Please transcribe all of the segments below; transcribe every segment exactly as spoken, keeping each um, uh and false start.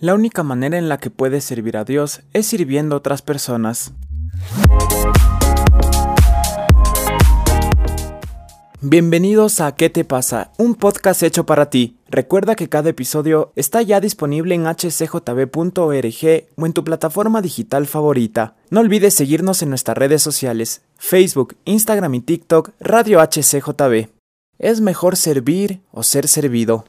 La única manera en la que puedes servir a Dios es sirviendo a otras personas. Bienvenidos a ¿Qué te pasa? Un podcast hecho para ti. Recuerda que cada episodio está ya disponible en h c j b punto org o en tu plataforma digital favorita. No olvides seguirnos en nuestras redes sociales, Facebook, Instagram y TikTok, Radio H C J B. ¿Es mejor servir o ser servido?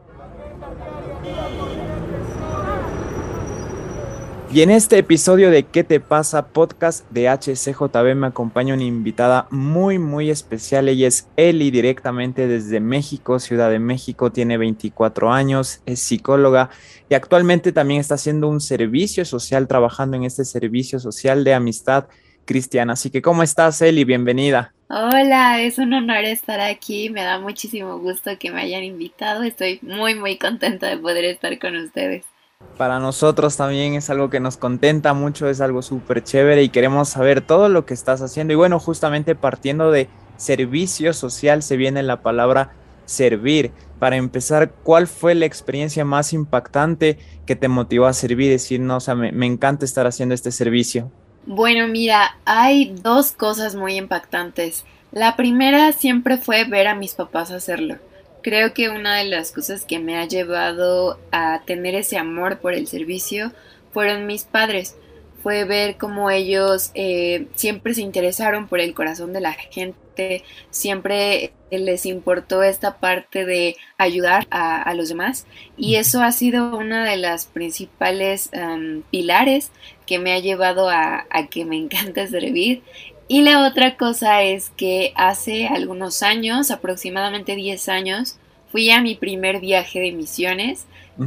Y en este episodio de ¿Qué te pasa? Podcast de H C J B me acompaña una invitada muy muy especial. Ella es Eli, directamente desde México, Ciudad de México, tiene veinticuatro años, es psicóloga y actualmente también está haciendo un servicio social, trabajando en este servicio social de amistad cristiana. Así que, ¿cómo estás, Eli? Bienvenida. Hola, es un honor estar aquí, me da muchísimo gusto que me hayan invitado, estoy muy muy contenta de poder estar con ustedes. Para nosotros también es algo que nos contenta mucho, es algo súper chévere y queremos saber todo lo que estás haciendo. Y bueno, justamente partiendo de servicio social se viene la palabra servir. Para empezar, ¿cuál fue la experiencia más impactante que te motivó a servir? Decir, no, o sea, me, me encanta estar haciendo este servicio. Bueno, mira, hay dos cosas muy impactantes. La primera siempre fue ver a mis papás hacerlo. Creo que una de las cosas que me ha llevado a tener ese amor por el servicio fueron mis padres. Fue ver cómo ellos eh, siempre se interesaron por el corazón de la gente, siempre les importó esta parte de ayudar a, a los demás, y eso ha sido una de las principales um, pilares que me ha llevado a, a que me encante servir. Y la otra cosa es que hace algunos años, aproximadamente diez años, fui a mi primer viaje de misiones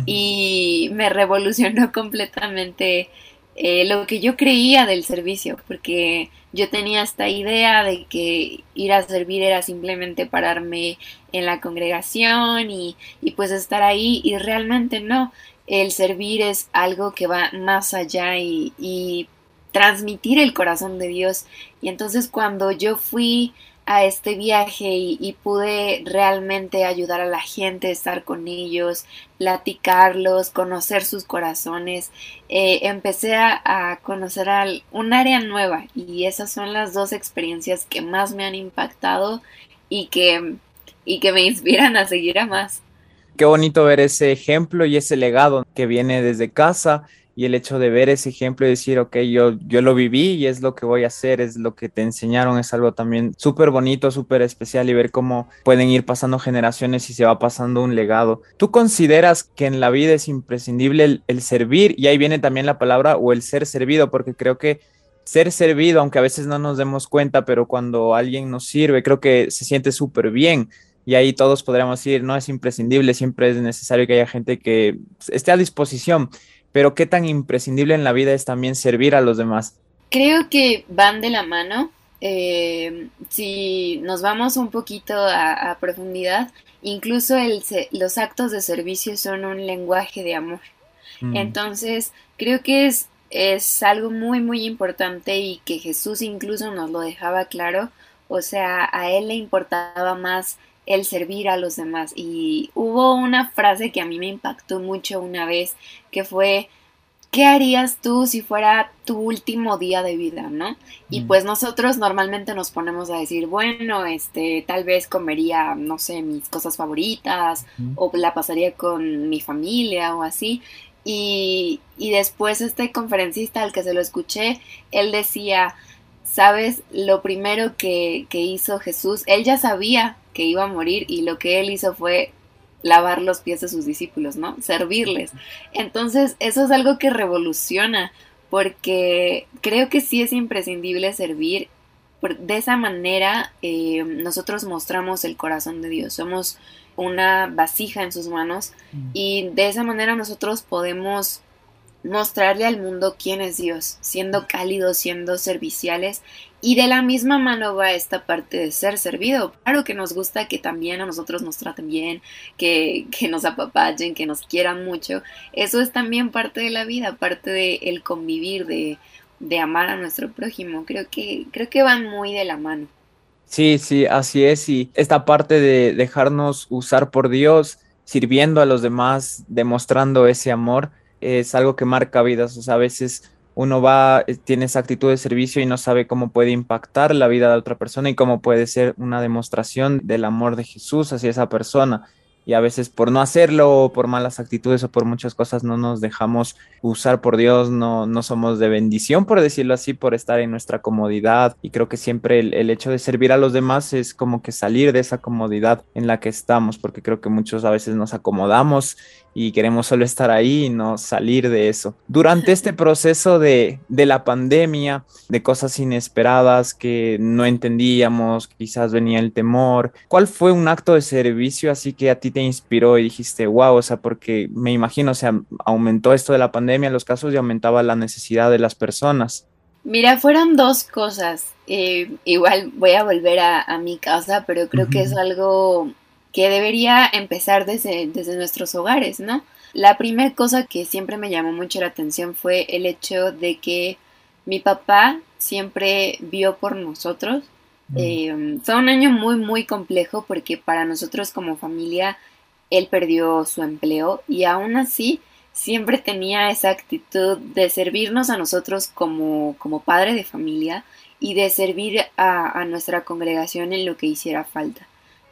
y me revolucionó completamente eh, lo que yo creía del servicio, porque yo tenía esta idea de que ir a servir era simplemente pararme en la congregación y, y pues estar ahí, y realmente no. El servir es algo que va más allá y, y transmitir el corazón de Dios. Y entonces cuando yo fui a este viaje y, y pude realmente ayudar a la gente, estar con ellos, platicarlos, conocer sus corazones, eh, empecé a, a conocer al, un área nueva, y esas son las dos experiencias que más me han impactado y que, y que me inspiran a seguir a más. Qué bonito ver ese ejemplo y ese legado que viene desde casa, y el hecho de ver ese ejemplo y decir, ok, yo, yo lo viví y es lo que voy a hacer, es lo que te enseñaron, es algo también súper bonito, súper especial, y ver cómo pueden ir pasando generaciones y se va pasando un legado. ¿Tú consideras que en la vida es imprescindible el, el servir? Y ahí viene también la palabra, o el ser servido, porque creo que ser servido, aunque a veces no nos demos cuenta, pero cuando alguien nos sirve, creo que se siente súper bien. Y ahí todos podríamos decir, no es imprescindible, siempre es necesario que haya gente que esté a disposición, pero qué tan imprescindible en la vida es también servir a los demás. Creo que van de la mano. Eh, si nos vamos un poquito a, a profundidad, incluso el, los actos de servicio son un lenguaje de amor. Mm. Entonces, creo que es, es algo muy, muy importante, y que Jesús incluso nos lo dejaba claro. O sea, a él le importaba más el servir a los demás. Y hubo una frase que a mí me impactó mucho una vez, que fue: ¿qué harías tú si fuera tu último día de vida, no? Y mm. pues nosotros normalmente nos ponemos a decir, bueno, este, tal vez comería, no sé, mis cosas favoritas, mm. o la pasaría con mi familia o así. Y, y después este conferencista al que se lo escuché, él decía, ¿sabes? Lo primero que, que hizo Jesús, él ya sabía que iba a morir, y lo que él hizo fue lavar los pies de sus discípulos, ¿no? Servirles. Entonces, eso es algo que revoluciona, porque creo que sí es imprescindible servir. De esa manera, eh, nosotros mostramos el corazón de Dios. Somos una vasija en sus manos, y de esa manera nosotros podemos mostrarle al mundo quién es Dios, siendo cálidos, siendo serviciales. Y de la misma mano va esta parte de ser servido. Claro que nos gusta que también a nosotros nos traten bien, que, que nos apapachen, que nos quieran mucho. Eso es también parte de la vida, parte de el convivir, de, de amar a nuestro prójimo. Creo que, creo que van muy de la mano. Sí, sí, así es. Y esta parte de dejarnos usar por Dios, sirviendo a los demás, demostrando ese amor, es algo que marca vidas. O sea, a veces uno va, eh, tiene esa actitud de servicio y no sabe cómo puede impactar la vida de otra persona y cómo puede ser una demostración del amor de Jesús hacia esa persona. Y a veces por no hacerlo, o por malas actitudes o por muchas cosas, no nos dejamos usar por Dios, no, no somos de bendición, por decirlo así, por estar en nuestra comodidad. Y creo que siempre el, el hecho de servir a los demás es como que salir de esa comodidad en la que estamos, porque creo que muchos a veces nos acomodamos y queremos solo estar ahí y no salir de eso. Durante este proceso de, de la pandemia, de cosas inesperadas que no entendíamos, quizás venía el temor, ¿cuál fue un acto de servicio así que a ti te inspiró y dijiste, wow, o sea, porque me imagino, o sea, aumentó esto de la pandemia, los casos y aumentaba la necesidad de las personas? Mira, fueron dos cosas. Eh, igual voy a volver a, a mi casa, pero creo que es Ujú. algo que debería empezar desde, desde nuestros hogares, ¿no? La primera cosa que siempre me llamó mucho la atención fue el hecho de que mi papá siempre vio por nosotros. Mm. Eh, fue un año muy, muy complejo porque para nosotros como familia él perdió su empleo y aún así siempre tenía esa actitud de servirnos a nosotros como, como padre de familia y de servir a, a nuestra congregación en lo que hiciera falta,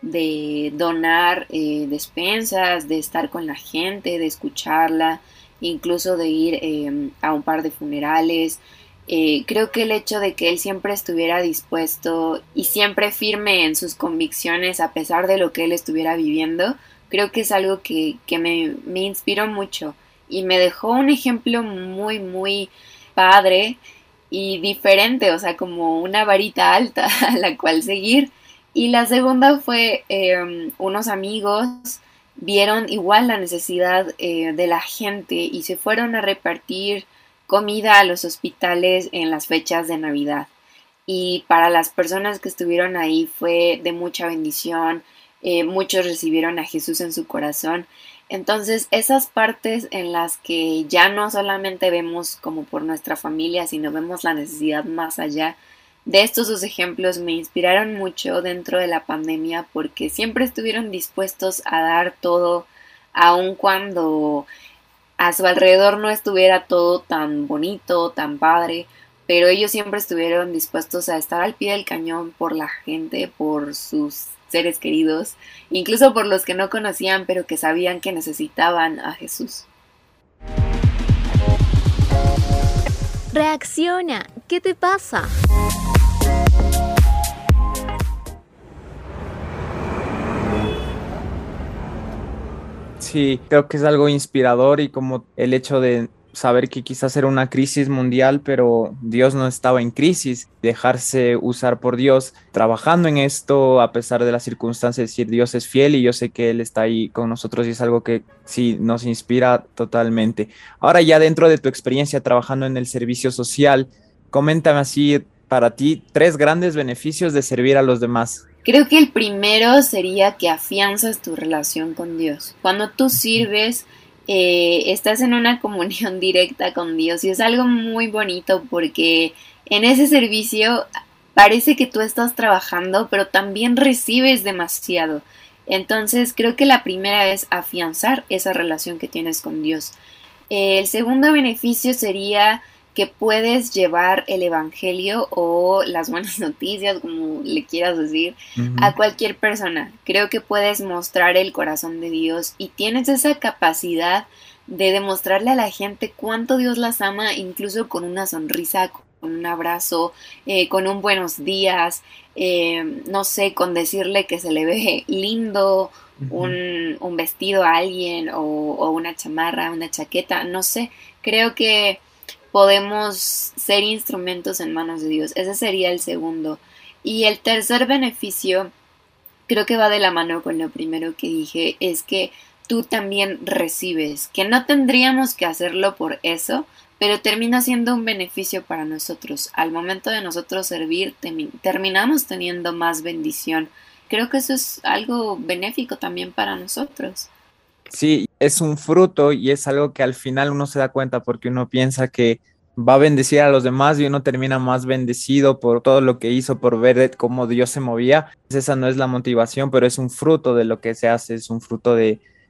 de donar eh, despensas, de estar con la gente, de escucharla, incluso de ir eh, a un par de funerales. Eh, creo que el hecho de que él siempre estuviera dispuesto y siempre firme en sus convicciones a pesar de lo que él estuviera viviendo, creo que es algo que, que me, me inspiró mucho y me dejó un ejemplo muy, muy padre y diferente, o sea, como una varita alta a la cual seguir. Y la segunda fue eh, unos amigos vieron igual la necesidad eh, de la gente y se fueron a repartir comida a los hospitales en las fechas de Navidad. Y para las personas que estuvieron ahí fue de mucha bendición, eh, muchos recibieron a Jesús en su corazón. Entonces, esas partes en las que ya no solamente vemos como por nuestra familia, sino vemos la necesidad más allá, de estos dos ejemplos me inspiraron mucho dentro de la pandemia porque siempre estuvieron dispuestos a dar todo, aun cuando a su alrededor no estuviera todo tan bonito, tan padre, pero ellos siempre estuvieron dispuestos a estar al pie del cañón por la gente, por sus seres queridos, incluso por los que no conocían pero que sabían que necesitaban a Jesús. Reacciona, ¿qué te pasa? Sí, creo que es algo inspirador y como el hecho de saber que quizás era una crisis mundial, pero Dios no estaba en crisis, dejarse usar por Dios, trabajando en esto a pesar de las circunstancias, decir Dios es fiel y yo sé que Él está ahí con nosotros y es algo que sí nos inspira totalmente. Ahora ya dentro de tu experiencia trabajando en el servicio social, coméntame así para ti tres grandes beneficios de servir a los demás. Creo que el primero sería que afianzas tu relación con Dios. Cuando tú sirves, eh, estás en una comunión directa con Dios y es algo muy bonito porque en ese servicio parece que tú estás trabajando, pero también recibes demasiado. Entonces creo que la primera es afianzar esa relación que tienes con Dios. Eh, el segundo beneficio sería que puedes llevar el evangelio o las buenas noticias, como le quieras decir, Ujú. a cualquier persona. Creo que puedes mostrar el corazón de Dios y tienes esa capacidad de demostrarle a la gente cuánto Dios las ama, incluso con una sonrisa, con un abrazo, eh, con un buenos días, eh, no sé, con decirle que se le ve lindo Ujú. un, un vestido a alguien o, o una chamarra, una chaqueta, no sé. Creo que podemos ser instrumentos en manos de Dios. Ese sería el segundo. Y el tercer beneficio, creo que va de la mano con lo primero que dije, es que tú también recibes, que no tendríamos que hacerlo por eso, pero termina siendo un beneficio para nosotros. Al momento de nosotros servir, terminamos teniendo más bendición. Creo que eso es algo benéfico también para nosotros. Sí, es un fruto y es algo que al final uno se da cuenta porque uno piensa que va a bendecir a los demás y uno termina más bendecido por todo lo que hizo, por ver cómo Dios se movía. Esa no es la motivación, pero es un fruto de lo que se hace, es un fruto de,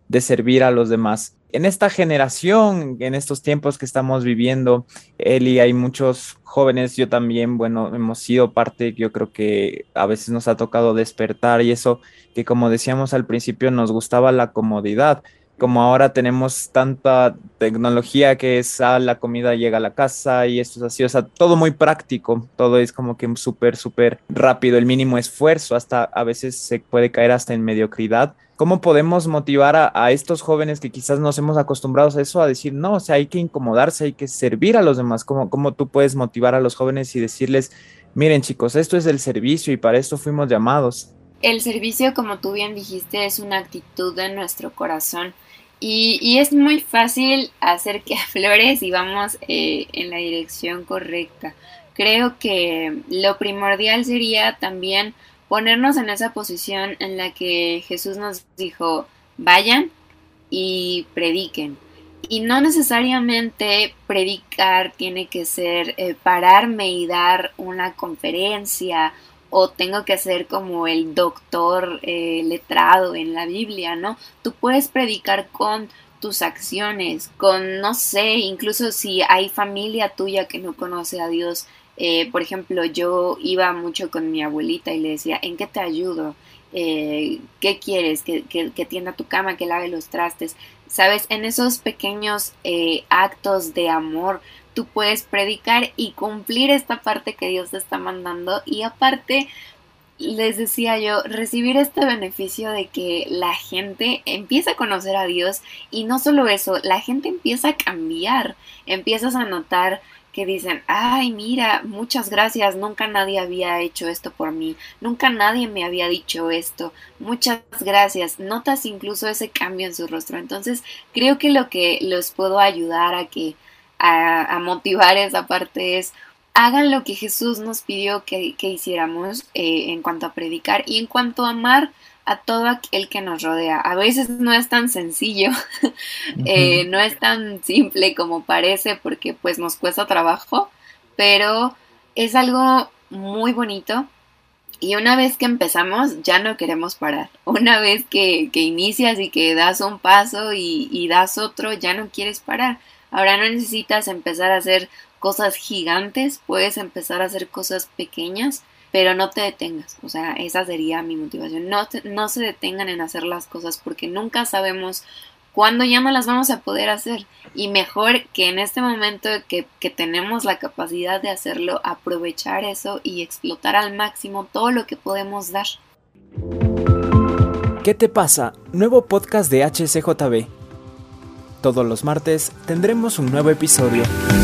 de servir a los demás. En esta generación, en estos tiempos que estamos viviendo, Eli, hay muchos jóvenes, yo también, bueno, hemos sido parte, yo creo que a veces nos ha tocado despertar y eso que como decíamos al principio nos gustaba la comodidad. Como ahora tenemos tanta tecnología que es ah, la comida llega a la casa y esto es así, o sea, todo muy práctico, todo es como que súper, súper rápido, el mínimo esfuerzo, hasta a veces se puede caer hasta en mediocridad. ¿Cómo podemos motivar a, a estos jóvenes que quizás nos hemos acostumbrado a eso, a decir, no, o sea, hay que incomodarse, hay que servir a los demás? ¿Cómo, cómo tú puedes motivar a los jóvenes y decirles, miren chicos, esto es el servicio y para esto fuimos llamados? El servicio, como tú bien dijiste, es una actitud de nuestro corazón y, y es muy fácil hacer que aflore si vamos eh, en la dirección correcta. Creo que lo primordial sería también ponernos en esa posición en la que Jesús nos dijo, vayan y prediquen. Y no necesariamente predicar tiene que ser eh, pararme y dar una conferencia o tengo que ser como el doctor eh, letrado en la Biblia, ¿no? Tú puedes predicar con tus acciones, con, no sé, incluso si hay familia tuya que no conoce a Dios. Eh, por ejemplo, yo iba mucho con mi abuelita y le decía, ¿en qué te ayudo? Eh, ¿Qué quieres? ¿Que, que, que tienda tu cama, que lave los trastes? ¿Sabes? En esos pequeños eh, actos de amor, tú puedes predicar y cumplir esta parte que Dios te está mandando. Y aparte, les decía yo, recibir este beneficio de que la gente empieza a conocer a Dios y no solo eso, la gente empieza a cambiar, empiezas a notar que dicen, ay, mira, muchas gracias, nunca nadie había hecho esto por mí, nunca nadie me había dicho esto, muchas gracias, notas incluso ese cambio en su rostro. Entonces creo que lo que los puedo ayudar a que a, a motivar esa parte es hagan lo que Jesús nos pidió que, que hiciéramos eh, en cuanto a predicar y en cuanto a amar a todo aquel que nos rodea. A veces no es tan sencillo, eh, no es tan simple como parece porque pues nos cuesta trabajo, pero es algo muy bonito y una vez que empezamos ya no queremos parar. Una vez que, que inicias y que das un paso y, y das otro, ya no quieres parar. Ahora no necesitas empezar a hacer cosas gigantes, puedes empezar a hacer cosas pequeñas, pero no te detengas. O sea, esa sería mi motivación. No, te, no se detengan en hacer las cosas porque nunca sabemos cuándo ya no las vamos a poder hacer. Y mejor que en este momento que, que tenemos la capacidad de hacerlo, aprovechar eso y explotar al máximo todo lo que podemos dar. ¿Qué te pasa? Nuevo podcast de H C J B. Todos los martes tendremos un nuevo episodio.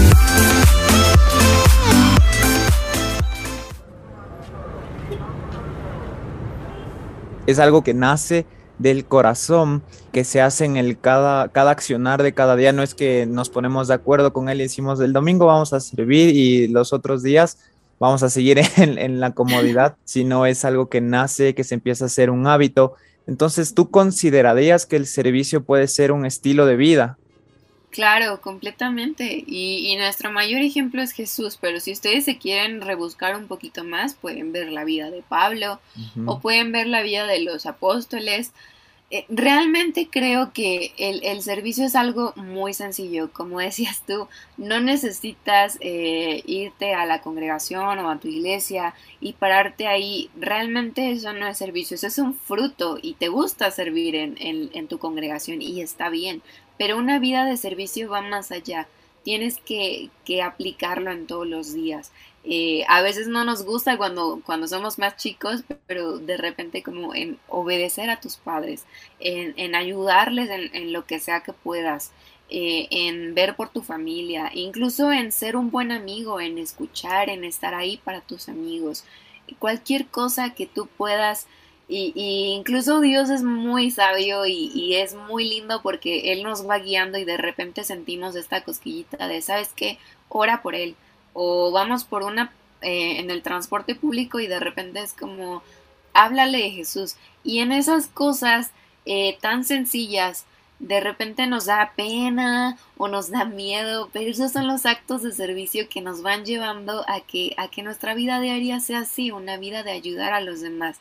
Es algo que nace del corazón, que se hace en el cada, cada accionar de cada día. No es que nos ponemos de acuerdo con él y decimos el domingo vamos a servir y los otros días vamos a seguir en, en la comodidad, sino es algo que nace, que se empieza a hacer un hábito. Entonces, ¿tú considerarías que el servicio puede ser un estilo de vida? Claro, completamente. Y, y nuestro mayor ejemplo es Jesús, pero si ustedes se quieren rebuscar un poquito más, pueden ver la vida de Pablo uh-huh. o pueden ver la vida de los apóstoles. Eh, realmente creo que el, el servicio es algo muy sencillo. Como decías tú, no necesitas eh, irte a la congregación o a tu iglesia y pararte ahí. Realmente eso no es servicio, eso es un fruto y te gusta servir en, en, en tu congregación y está bien. Pero una vida de servicio va más allá. Tienes que, que aplicarlo en todos los días. Eh, a veces no nos gusta cuando, cuando somos más chicos, pero de repente como en obedecer a tus padres, en, en ayudarles en, en lo que sea que puedas, eh, en ver por tu familia, incluso en ser un buen amigo, en escuchar, en estar ahí para tus amigos. Cualquier cosa que tú puedas. Y, y incluso Dios es muy sabio y, y es muy lindo porque Él nos va guiando y de repente sentimos esta cosquillita de, ¿sabes qué? Ora por Él. O vamos por una eh, en el transporte público y de repente es como, háblale de Jesús. Y en esas cosas eh, tan sencillas, de repente nos da pena o nos da miedo, pero esos son los actos de servicio que nos van llevando a que, a que nuestra vida diaria sea así, una vida de ayudar a los demás.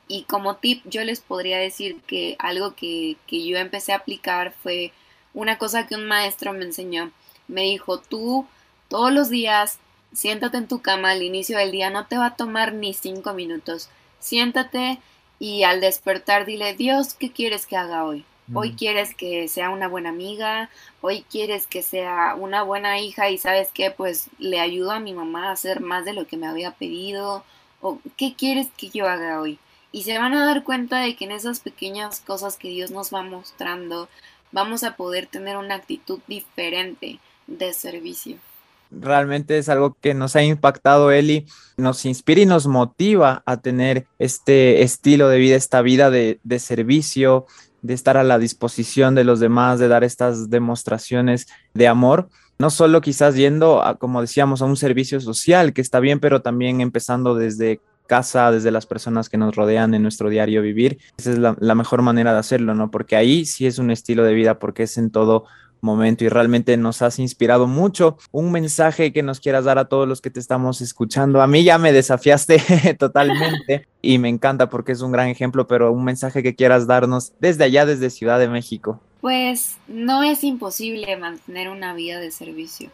Y como tip yo les podría decir que algo que, que yo empecé a aplicar fue una cosa que un maestro me enseñó. Me dijo, tú todos los días siéntate en tu cama al inicio del día, no te va a tomar ni cinco minutos. Siéntate y al despertar dile, Dios, ¿qué quieres que haga hoy? Hoy quieres que sea una buena amiga, hoy quieres que sea una buena hija y ¿sabes qué? Pues le ayudo a mi mamá a hacer más de lo que me había pedido. O ¿qué quieres que yo haga hoy? Y se van a dar cuenta de que en esas pequeñas cosas que Dios nos va mostrando vamos a poder tener una actitud diferente de servicio. Realmente es algo que nos ha impactado, Eli, nos inspira y nos motiva a tener este estilo de vida, esta vida de, de servicio, de estar a la disposición de los demás, de dar estas demostraciones de amor, no solo quizás yendo, a, como decíamos, a un servicio social, que está bien, pero también empezando desde casa, desde las personas que nos rodean en nuestro diario vivir. Esa es la, la mejor manera de hacerlo, ¿no? Porque ahí sí es un estilo de vida, porque es en todo momento y realmente nos has inspirado mucho. Un mensaje que nos quieras dar a todos los que te estamos escuchando. A mí ya me desafiaste totalmente y me encanta porque es un gran ejemplo, pero un mensaje que quieras darnos desde allá, desde Ciudad de México. Pues no es imposible mantener una vida de servicio.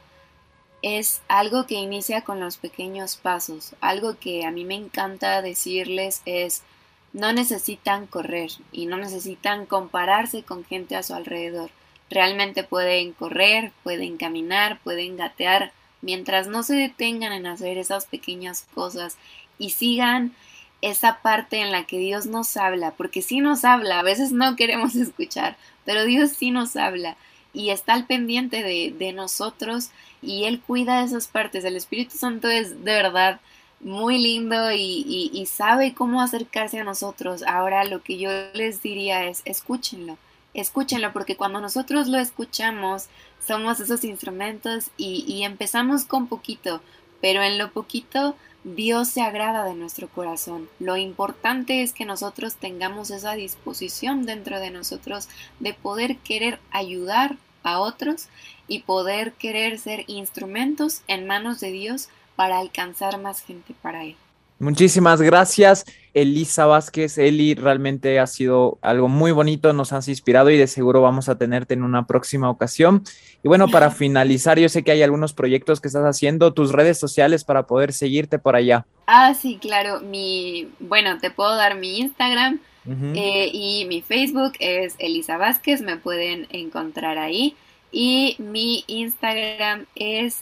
Es algo que inicia con los pequeños pasos. Algo que a mí me encanta decirles es, no necesitan correr y no necesitan compararse con gente a su alrededor. Realmente pueden correr, pueden caminar, pueden gatear, mientras no se detengan en hacer esas pequeñas cosas y sigan esa parte en la que Dios nos habla, porque sí nos habla, a veces no queremos escuchar, pero Dios sí nos habla y está al pendiente de, de nosotros y Él cuida esas partes. El Espíritu Santo es de verdad muy lindo y, y, y sabe cómo acercarse a nosotros. Ahora lo que yo les diría es, escúchenlo. Escúchenlo, porque cuando nosotros lo escuchamos, somos esos instrumentos y, y empezamos con poquito, pero en lo poquito Dios se agrada de nuestro corazón. Lo importante es que nosotros tengamos esa disposición dentro de nosotros de poder querer ayudar a otros y poder querer ser instrumentos en manos de Dios para alcanzar más gente para Él. Muchísimas gracias, Elisa Vázquez. Eli, realmente ha sido algo muy bonito, nos has inspirado y de seguro vamos a tenerte en una próxima ocasión. Y bueno, para finalizar, yo sé que hay algunos proyectos que estás haciendo, tus redes sociales para poder seguirte por allá. Ah, sí, claro. Mi, bueno, te puedo dar mi Instagram uh-huh. eh, y mi Facebook es Elisa Vázquez, me pueden encontrar ahí. Y mi Instagram es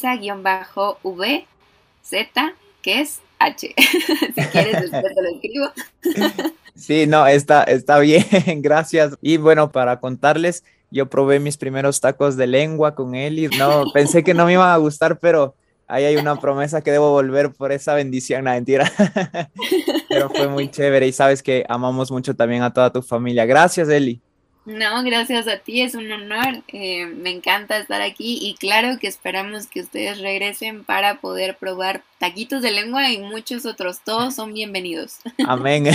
Elisa-V Z, que es H. Si quieres, después te lo escribo. Sí, no, está, está bien, gracias. Y bueno, para contarles, yo probé mis primeros tacos de lengua con Eli. No, pensé que no me iban a gustar, pero ahí hay una promesa que debo volver por esa bendición, no, mentira. Pero fue muy chévere y sabes que amamos mucho también a toda tu familia. Gracias, Eli. No, gracias a ti, es un honor, eh, me encanta estar aquí y claro que esperamos que ustedes regresen para poder probar taquitos de lengua y muchos otros, todos son bienvenidos. Amén.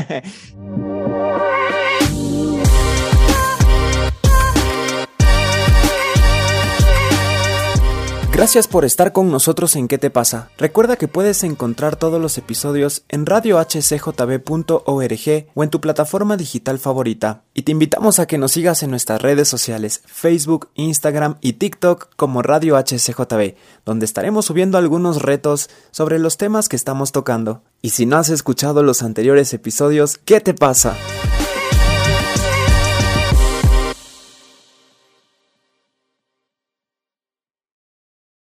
Gracias por estar con nosotros en ¿Qué te pasa? Recuerda que puedes encontrar todos los episodios en radio h c j b punto org o en tu plataforma digital favorita. Y te invitamos a que nos sigas en nuestras redes sociales, Facebook, Instagram y TikTok como Radio H C J B, donde estaremos subiendo algunos retos sobre los temas que estamos tocando. Y si no has escuchado los anteriores episodios, ¿qué te pasa?